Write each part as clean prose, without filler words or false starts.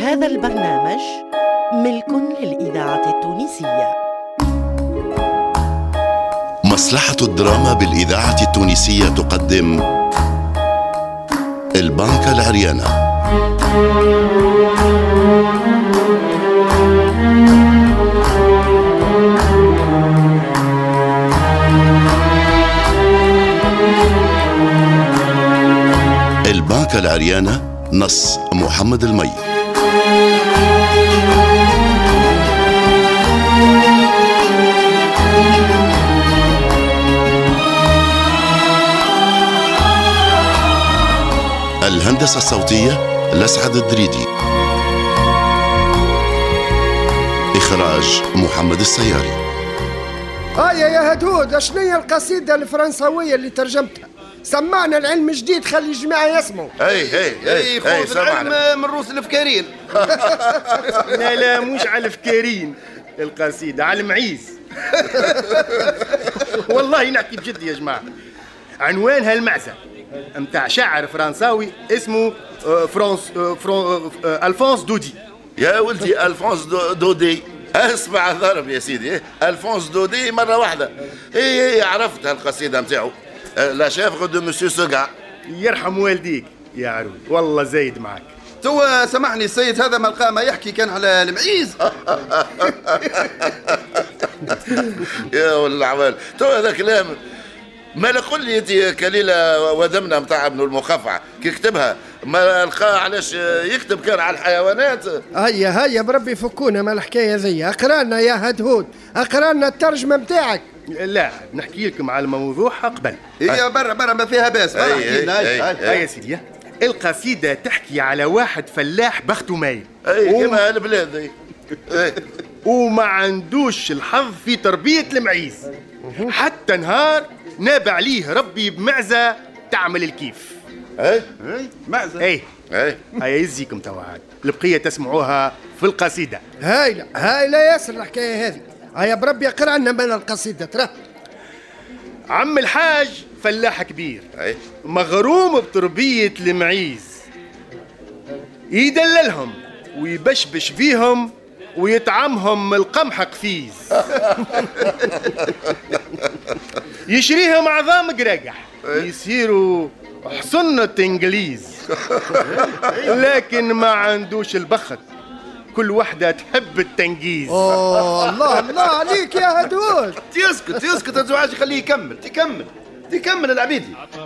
هذا البرنامج ملك للإذاعة التونسية. مصلحة الدراما بالإذاعة التونسية تقدم البنكة العريانة. البنكة العريانة، نص محمد المي. الهندسة الصوتية لسعد الدريدي. إخراج محمد السياري. يا هدود، شنية القصيدة الفرنسوية اللي ترجمتها؟ سمعنا العلم جديد، خلي الجماعة يسمعوا. اي خذ العلم من روس الفكارين. لا مش على الفكارين، القصيدة على المعيز. والله نحكي بجد يا جماعة. عنوانها المعزة متاع شاعر فرنساوي اسمه ألفونس دودي. يا ولدي ألفونس دودي، اسمع ضرب يا سيدي. ألفونس دودي مرة واحدة. اي عرفت القصيدة متاعو، لا شافغ دو مسيو سوغا. يرحم والديك يا عروي، والله زايد معك. تو سامحني السيد، هذا ما يحكي كان على المعيز. يا والعوال، تو هذا كلام. ما قل لي انت كليله ودمنا متاع ابن المخفع كي كتبها، ما لقى علاش يكتب كان على الحيوانات. هيا بربي فكونا من الحكايه ذي. اقرانا يا هدهود، اقرانا الترجمه متاعك. لا نحكي لكم على الموضوع قبل. هي برا ما فيها باس. هيا سيدي، القصيده تحكي على واحد فلاح بخته مايل، كما البلاد ذي. وما عندوش الحظ في تربيه المعيز، حتى نهار ناب عليه ربي بمعزة تعمل الكيف. معزة. هيا يزيكم توعد البقية تسمعوها في القصيدة. هايلة ياسر الحكاية هذه. هيا بربي اقرا لنا من القصيدة. ترى عم الحاج فلاح كبير مغروم بتربية المعيز، يدللهم ويبشبش فيهم ويطعمهم من القمح قفيز. يشريهم عظام قراقح يصيروا حصنة انجليز. لكن ما عندوش البخت، كل وحدة تحب التنجيز. الله عليك يا هدود. تسكت يا زواج، خليه تكمل العبيدي.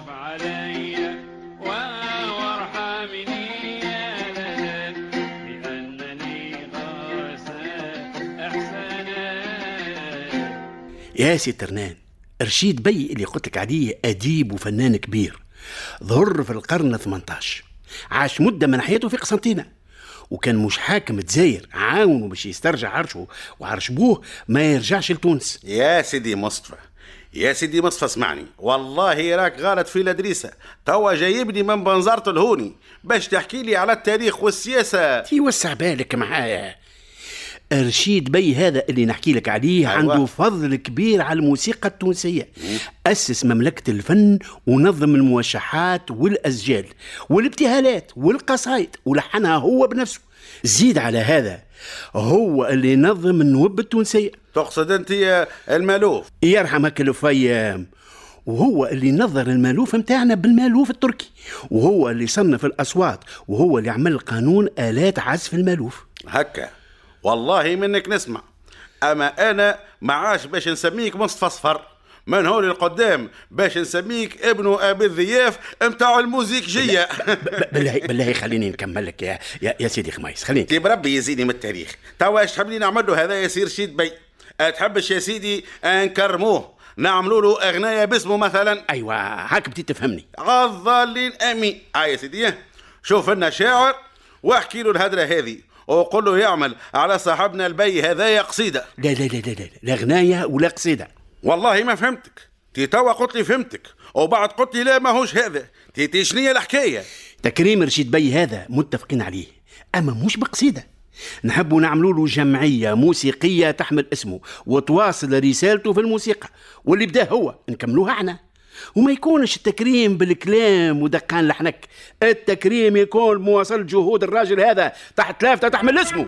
يا سي ترنان، رشيد بي اللي قلت لك عليه أديب وفنان كبير، ظهر في القرن 18، عاش مدة من حياته في قسنطينة، وكان مش حاكم تزاير، عاونه باش يسترجع عرشه وعرش بوه ما يرجعش لتونس. يا سيدي مصطفى اسمعني، والله راك غلط في الادريسه. توا جايبني من بنزرة الهوني باش تحكي لي على التاريخ والسياسه. توسع بالك معايا. رشيد بي هذا اللي نحكي لك عليه عنده فضل كبير على الموسيقى التونسية. أسس مملكة الفن ونظم الموشحات والأسجال والابتهالات والقصائد ولحنها هو بنفسه. زيد على هذا هو اللي نظم النوب التونسية. تقصد أنت المالوف؟ يرحمك الفيام. وهو اللي نظر المالوف متاعنا بالمالوف التركي، وهو اللي صنف الأصوات، وهو اللي عمل قانون آلات عزف المالوف. هكا والله منك نسمع، اما انا معاش باش نسميك مصطفى صفر، من هون القدام باش نسميك ابن ابي الضياف متاع الموزيكجيه. بالله خليني نكمل لك يا سيدي خميس، خليني. تي بربي يزيدني من التاريخ. توا ايش تحب لي نعمل له هذا يا سير رشيد بي؟ تحبش يا سيدي نكرموه نعملوا له اغنيه باسمه مثلا؟ ايوه هاك بديت تفهمني. عالظالين امين. يا سيدي شوف لنا شاعر واحكي له الهدره هذه وقل له يعمل على صاحبنا البي هذايا قصيدة. لا غناية ولا قصيدة. والله ما فهمتك. تي توا قلت لي فهمتك وبعد قلت لي لا ماهوش هذا. تي شنية الحكاية؟ تكريم رشيد بي هذا متفقين عليه، أما مش بقصيدة. نحبوا نعملوا له جمعية موسيقية تحمل اسمه وتواصل رسالته في الموسيقى، واللي بدا هو نكملوها احنا. وما يكونش التكريم بالكلام ودقان لحنك، التكريم يكون مواصل جهود الراجل هذا تحت لافتة تحمل اسمه.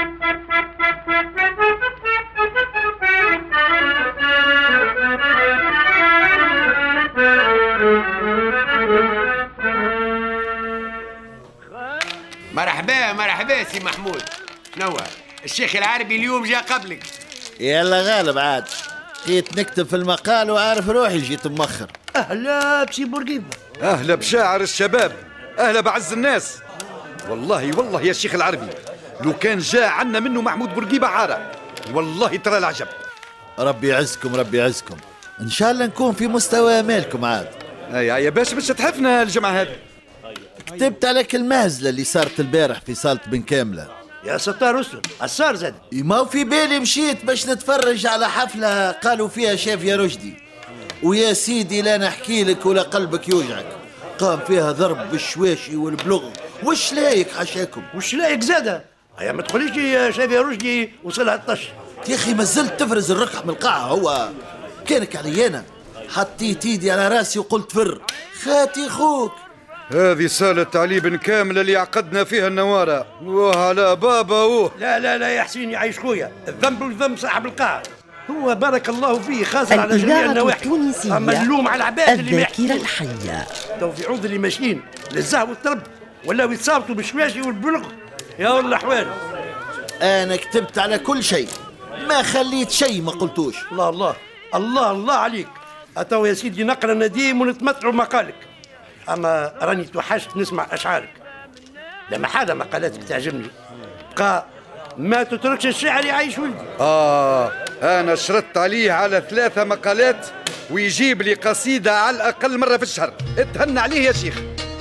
مرحبا مرحبا سي محمود. شنو الشيخ العربي اليوم جاء قبلك؟ يلا غالب عاد جيت نكتب في المقال وعارف روحي جيت مؤخر. اهلا بسي بورقيبه، اهلا بشاعر الشباب، اهلا بعز الناس. والله يا شيخ العربي لو كان جاء عنا منه محمود بورقيبه عاره، والله ترى العجب. ربي يعزكم ربي يعزكم، ان شاء الله نكون في مستوى مالكم عاد. يا باش تحفنا الجمعه هذه. كتبت عليك المهزله اللي صارت البارح في صاله بن كامله. يا ستار استر الصار زاد. ما في بالي مشيت باش نتفرج على حفله قالوا فيها شاف يا رشدي، ويا سيدي لا نحكي لك ولا قلبك يوجعك. قام فيها ضرب بالشواشي والبلغ وش لايك حشاكم. وش لايك زاده؟ هيا ما تقوليش يا شاف يا رشدي وصلها الطش. يا اخي ما زلت تفرز الركح من القاعه. هو كانك علي انا حطيت ايدي على راسي وقلت فر خاتي خوك. هذه صالة علي بن كامل اللي عقدنا فيها النوارة وعلى بابا لا يا حسين يعيش خويا، الذنب والذنب صاحب القاعة. هو بارك الله فيه خاسر على جميع النواحي، اما اللوم على العباد اللي الذاكرة الحية. تو في عوض اللي ماشيين للزهو والطرب ولاو يتصابطوا بالشواشي والبلغ. يا والله حوال انا كتبت على كل شيء ما خليت شيء ما قلتوش. الله عليك. اتو يا سيدي نقرا نديم ونتمتعوا بمقالك، اما راني توحشت نسمع اشعارك. لما حاجه مقالاتك تعجبني. بقى ما تتركش الشعر يعيش ولدي. انا شرطت عليه على 3 مقالات ويجيب لي قصيده على الاقل مره في الشهر. اتهنى عليه يا شيخ.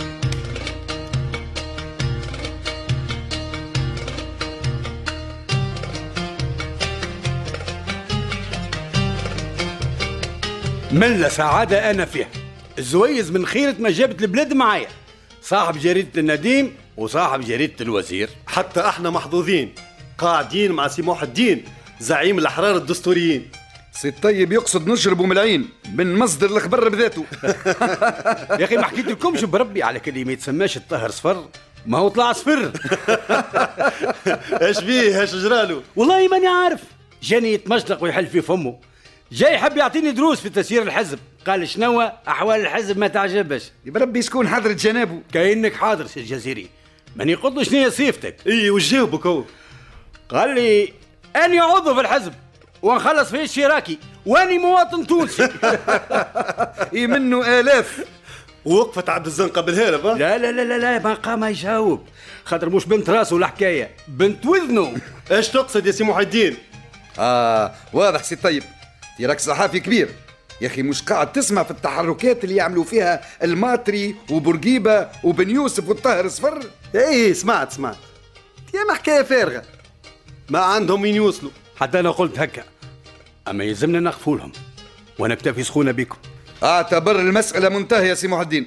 من سعادة أنا فيها. الزويز من خيرة ما جابت البلاد معايا، صاحب جريدة النديم وصاحب جريدة الوزير. حتى احنا محظوظين قاعدين مع سي محي الدين زعيم الأحرار الدستوريين. سي الطيب يقصد نشربوا ملايين من مصدر الخبر بذاته. يا أخي ما حكيت لكمش بربي على كلمة ما يتسماش الطهر صفر، ما هو طلع صفر. ايش بيه ايش جراله؟ والله ماني عارف، جاني يتمشلق ويحل في فمه، جاي حب يعطيني دروس في تسيير الحزب. قال شنو احوال الحزب ما تعجبش. بربي يسكون حضرة جنابه. كأنك حاضر سي الجزيري، ماني قلت له شنو صيفتك. اي وجاوبك هو. قال لي اني عضو في الحزب ونخلص فيه اشتراكي واني مواطن تونسي. اي منه آلاف. وقفت عبد الزنقه بالهرب. لا ما قام يجاوب، خاطر مش بنت راسه الحكايه، بنت وذنه. ايش تقصد يا سي محي الدين؟ واضح سي طيب، راك صحافي كبير يا اخي، مش قاعد تسمع في التحركات اللي يعملوا فيها الماطري وبورقيبه وبن يوسف والطاهر صفر؟ ايه سمعت يا حكايه فارغه، ما عندهم مين يوصلوا. حتى انا قلت هكا، اما يلزمنا نقفوا لهم وانا اكتفي سخونه بكم. اعتبر المساله منتهيه يا سي محي الدين.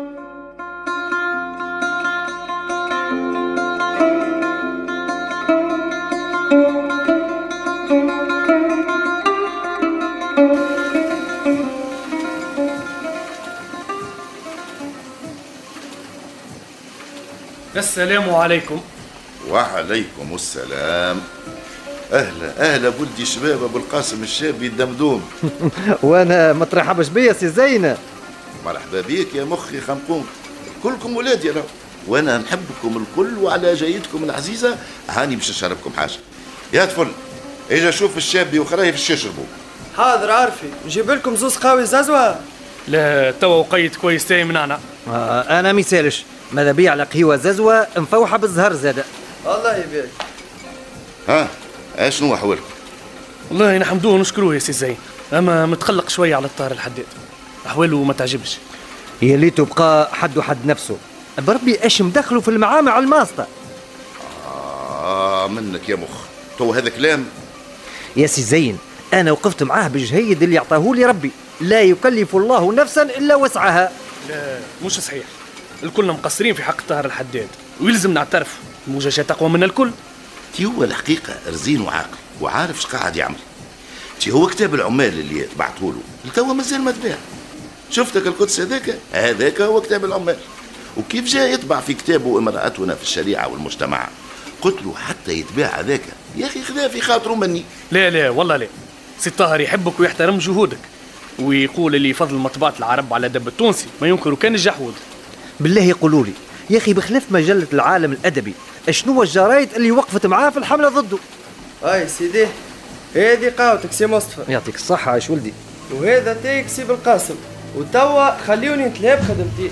السلام عليكم. وعليكم السلام. اهلا بولدي شباب ابو القاسم الشابي الدمدوم. وانا ما ترحبش بيا سي زينه. مرحبا بيك يا مخي خنقوم، كلكم ولادي انا وانا نحبكم الكل، وعلى جايتكم العزيزه هاني باش نشربكم حاجه. يا طفل اجا شوف الشابي وخرايه في الشاشه شربوا. حاضر عارفي، نجيب لكم زوز قهوه زازوه. لا توا وقيت كويس تاي من انا. انا ميسالش ماذا بيع على قهوه زازوه مفوحه بالزهر زاده. الله يبارك. شنو احوالكم؟ والله نحمدوه ونشكروه يا سي زين، اما متقلق شويه على الطاهر الحداد، احواله ما تعجبش. يا ليتو بقى حد نفسه، بربي ايش مدخله في المعامع الماسطه. منك يا مخ، تو هذا كلام يا سي زين. انا وقفت معاه بالجهيد اللي يعطاه لي ربي، لا يكلف الله نفسا الا وسعها. لا مش صحيح، الكلنا مقصرين في حق الطاهر الحداد ويلزم نعترف، الموجشات اقوى من الكل. هو الحقيقه رزين وعاقل وعارف اش قاعد يعمل. هو كتاب العمال اللي بعته له لتوا مازال ما تباع، شفتك القدس هذاك هو كتاب العمال. وكيف جاء يطبع في كتابه امرأتنا في الشريعة والمجتمع؟ قلت له حتى يتباع هذاك يا أخي خذاه في خاطره مني. لا والله لا، سي طاهر يحبك ويحترم جهودك، ويقول اللي فضل مطبعة العرب على دب التونسي ما ينكر كان الجحود. بالله قولوا لي يا أخي، بخلاف مجلة العالم الأدبي، شنو الجرايد اللي وقفت معاه في الحملة ضده؟ سيدي هذه قهوتك سي مصطفى. يعطيك الصحة عايش ولدي. وهذا تيك سي بالقاسم. وتوا خليوني نتلاها بخدمتي.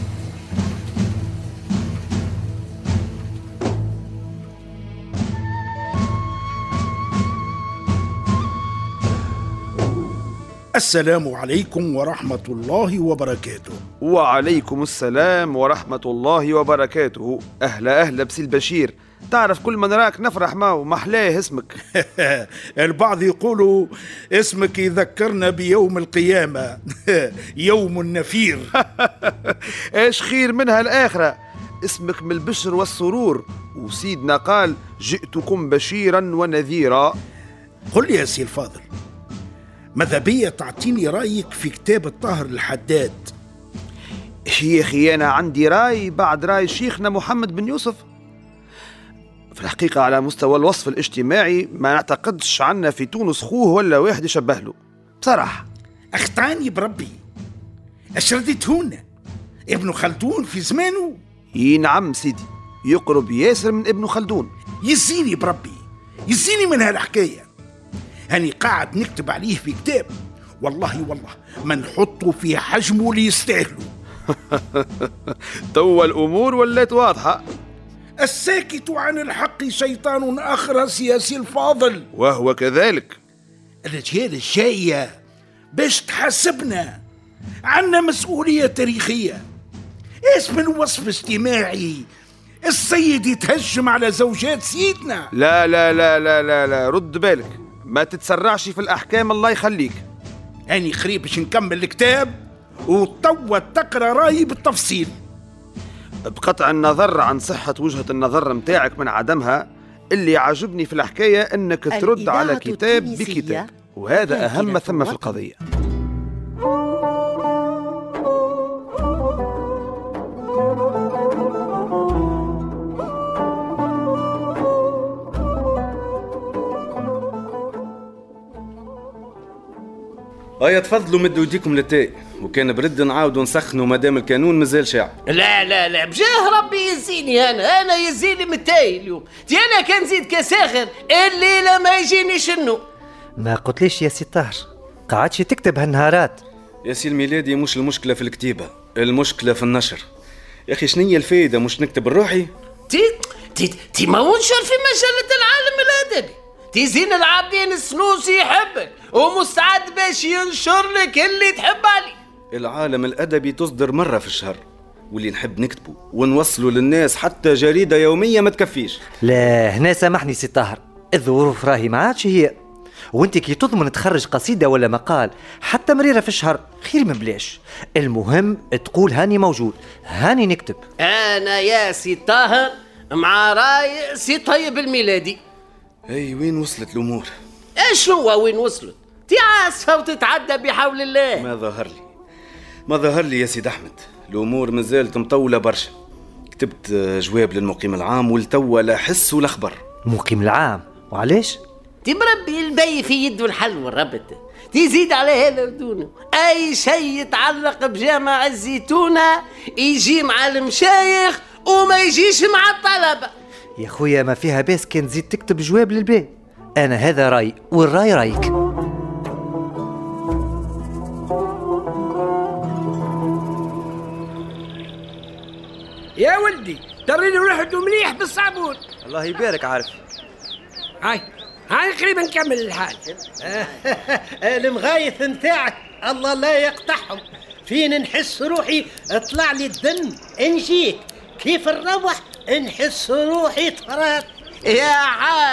السلام عليكم ورحمة الله وبركاته. وعليكم السلام ورحمة الله وبركاته. أهلا بسي البشير، تعرف كل من راك نفرح معه، محلاه اسمك. البعض يقولوا اسمك يذكرنا بيوم القيامة. يوم النفير. ايش خير منها الآخرة، اسمك من البشر والسرور، وسيدنا قال جئتكم بشيرا ونذيرا. قل لي يا سي الفاضل، ماذا بيا تعطيني رأيك في كتاب الطاهر الحداد؟ يا أخي أنا عندي رأي بعد رأي شيخنا محمد بن يوسف. في الحقيقة على مستوى الوصف الاجتماعي ما نعتقدش عنا في تونس خوه ولا واحد يشبه له بصراحة. أخطاني بربي، اش رديتهونا؟ ابن خلدون في زمانه؟ نعم سيدي، يقرب ياسر من ابن خلدون. يزيني بربي، يزيني من هالحكاية. هاني قاعد نكتب عليه في كتاب، والله ما نحطه في حجمه اللي يستاهلوا. توا الأمور ولات واضحة. الساكت عن الحق شيطان أخرس يا سي الفاضل. وهو كذلك. الأجيال الجاية باش تحاسبنا، عنا مسؤولية تاريخية. ايش من وصف اجتماعي السيد يتهجم على زوجات سيدنا؟ لا لا لا لا لا لا، رد بالك، ما تتسرعش في الأحكام الله يخليك. أني قريب باش نكمل الكتاب وتوا تقرأ رايي بالتفصيل. بقطع النظر عن صحة وجهة النظر متاعك من عدمها، اللي عجبني في الحكاية أنك ترد على كتاب بكتاب، وهذا أهم ثم في القضية. تفضلوا مدوا يديكم للتاي، وكان برد نعاودوا نسخنوا مادام القانون مازال شاع. لا بجاه ربي يزيني، انا يزيني من التاي اليوم. انا كان زيد كساخر الليله ما يجيني شنو. ما قلتليش يا سي طاهر قعدش تكتب هالنهارات؟ يا سي الميلادي مش المشكله في الكتيبه، المشكله في النشر. يا اخي شنية الفايده مش نكتب الروحي؟ تي ما ونشر في مجله العالم الادبي. زين العابدين السنوسي يحبك ومستعد باش ينشر لك اللي تحب عليه. العالم الأدبي تصدر مرة في الشهر، واللي نحب نكتبه ونوصله للناس حتى جريدة يومية ما تكفيش. لا هنا سامحني سي طاهر، الظروف راهي ما عادش هي، وانت كي تضمن تخرج قصيدة ولا مقال حتى مريرة في الشهر خير من بلاش. المهم تقول هاني موجود، هاني نكتب. أنا يا سي طاهر مع راي سي طيب الميلادي. وين وصلت الأمور؟ ايش هو وين وصلت؟ تعاسفة وتتعدى بحول الله. ما ظهر لي يا سيد أحمد، الأمور مازالت مطولة برشا. كتبت جواب للمقيم العام والتوا لا حس ولا خبر. المقيم العام وعلاش؟ مربي البي في يده الحل والربط. تزيد على هذا ودونه أي شيء يتعلق بجامع الزيتونة يجي مع المشايخ وما يجيش مع الطلبة. يا خويا ما فيها باس كان تزيد تكتب جواب للبي. أنا هذا رأي والرأي رأيك. يا ولدي تريني ريحته مليح بالصابون. الله يبارك. عارف هاي قريبا نكمل الحال. المغايث نتاعك الله لا يقطعهم. فين نحس روحي اطلع لي الدم نجيك كيف نروح نحس روحي طرات. يا حاج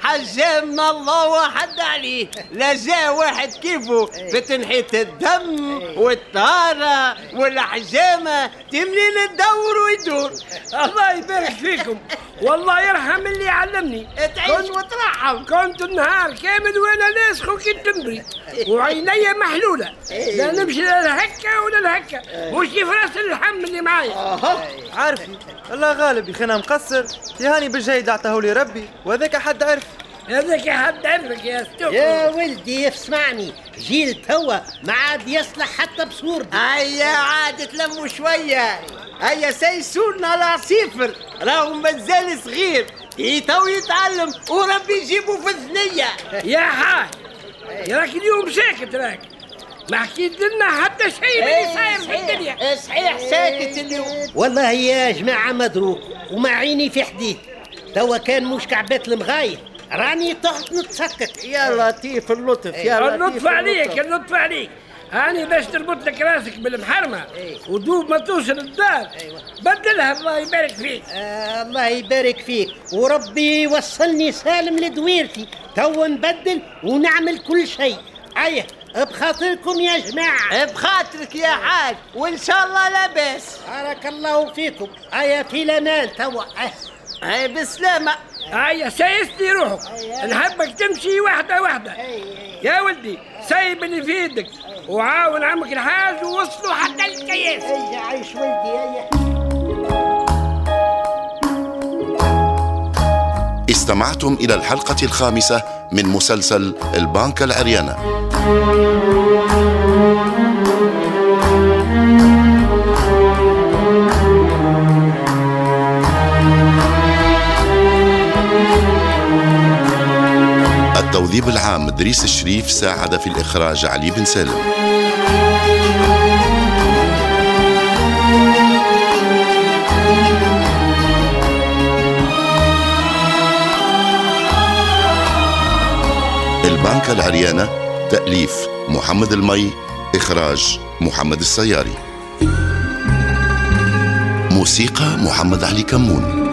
حجامنا الله واحد عليه، لا جا واحد كيفه في تنحية الدم والطهارة والحجامة تملين الدور ويدور. الله يبارك فيكم، والله يرحم اللي علمني. تعيش وترحم. كنت النهار كامل وانا ناسخ كي التمري وعيني محلولة، لا نمشي لا لهكا ولا لهكا، مش كيف راس اللحم اللي معايا. عارفي الله غالب يا انا مقصر، يهاني بالجيد اعطاهولي ربي وهذاك حد عرف. هذاك حد عرفك يا ستوك. يا ولدي اسمعني، جيل توا ما عاد يصلح حتى بصورتي. هيا عاد تلموا شوية، هيا سيسونا لا صفر، راهو مازال صغير تو يتعلم وربي يجيبه في الثنية. يا حاج راك اليوم ساكت، راك ما حكيت لنا حتى شيء من اللي صاير في الدنيا. صحيح ساكت اليوم. والله يا جماعة مدروك وما عيني في حديد، توا كان مش كعبات المغاير راني تحت نتسكك. يا لطيف اللطف، يا لطيف اللطف عليك، اللطف عليك. هاني باش تربط لك راسك بالمحرمة ودوب ما توصل الدار بدلها. الله يبارك فيك. الله يبارك فيك وربي يوصلني سالم لدويرتي، تو نبدل ونعمل كل شيء. أيه بخاطركم يا جماعة. بخاطرك يا حاج، وإن شاء الله لا بأس. بارك الله فيكم. أيه في الأمان توا. أيه بسلامة. هيا سيستي روحك، نحبك تمشي واحدة واحدة. يا ولدي سايب اللي في يدك وعاون عمك الحاج ووصلوا حتى الكياس. هيا عيش ولدي هيا. استمعتم إلى الحلقة الخامسة من مسلسل البنكة العريانة. التوظيف العام دريس الشريف، ساعد في الإخراج علي بن سالم. البنكة العريانة، تأليف محمد المي، إخراج محمد السياري. موسيقى محمد علي كمون.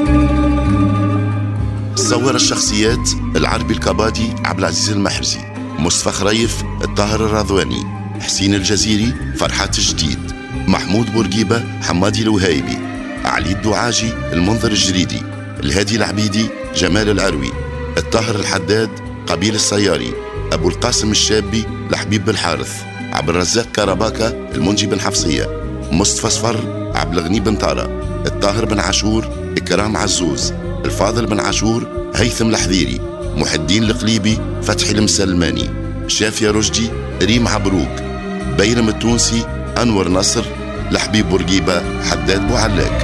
صور الشخصيات: العربي الكبادي عبد العزيز المحرزي، مصطفى خريف الطاهر الرضواني، حسين الجزيري فرحات الجديد، محمود بورقيبة حمادي الوهايبي، علي الدعاجي المنذر الجريدي، الهادي العبيدي جمال العروي، الطاهر الحداد قبيل السياري، أبو القاسم الشابي لحبيب بالحارث، عبد الرزاق كرباكة المنجي بن حفصية، مصطفى صفر عبد الغني بن طارق، الطاهر بن عاشور إكرام عزوز، الفاضل بن عاشور هيثم الحذيري، محي الدين القليبي فتحي المسلماني، شافية رشدي ريم عبروك، بيرم التونسي أنور نصر، لحبيب بورقيبة حداد بوعلاك.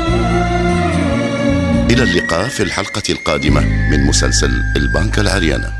إلى اللقاء في الحلقة القادمة من مسلسل البنكة العريانة.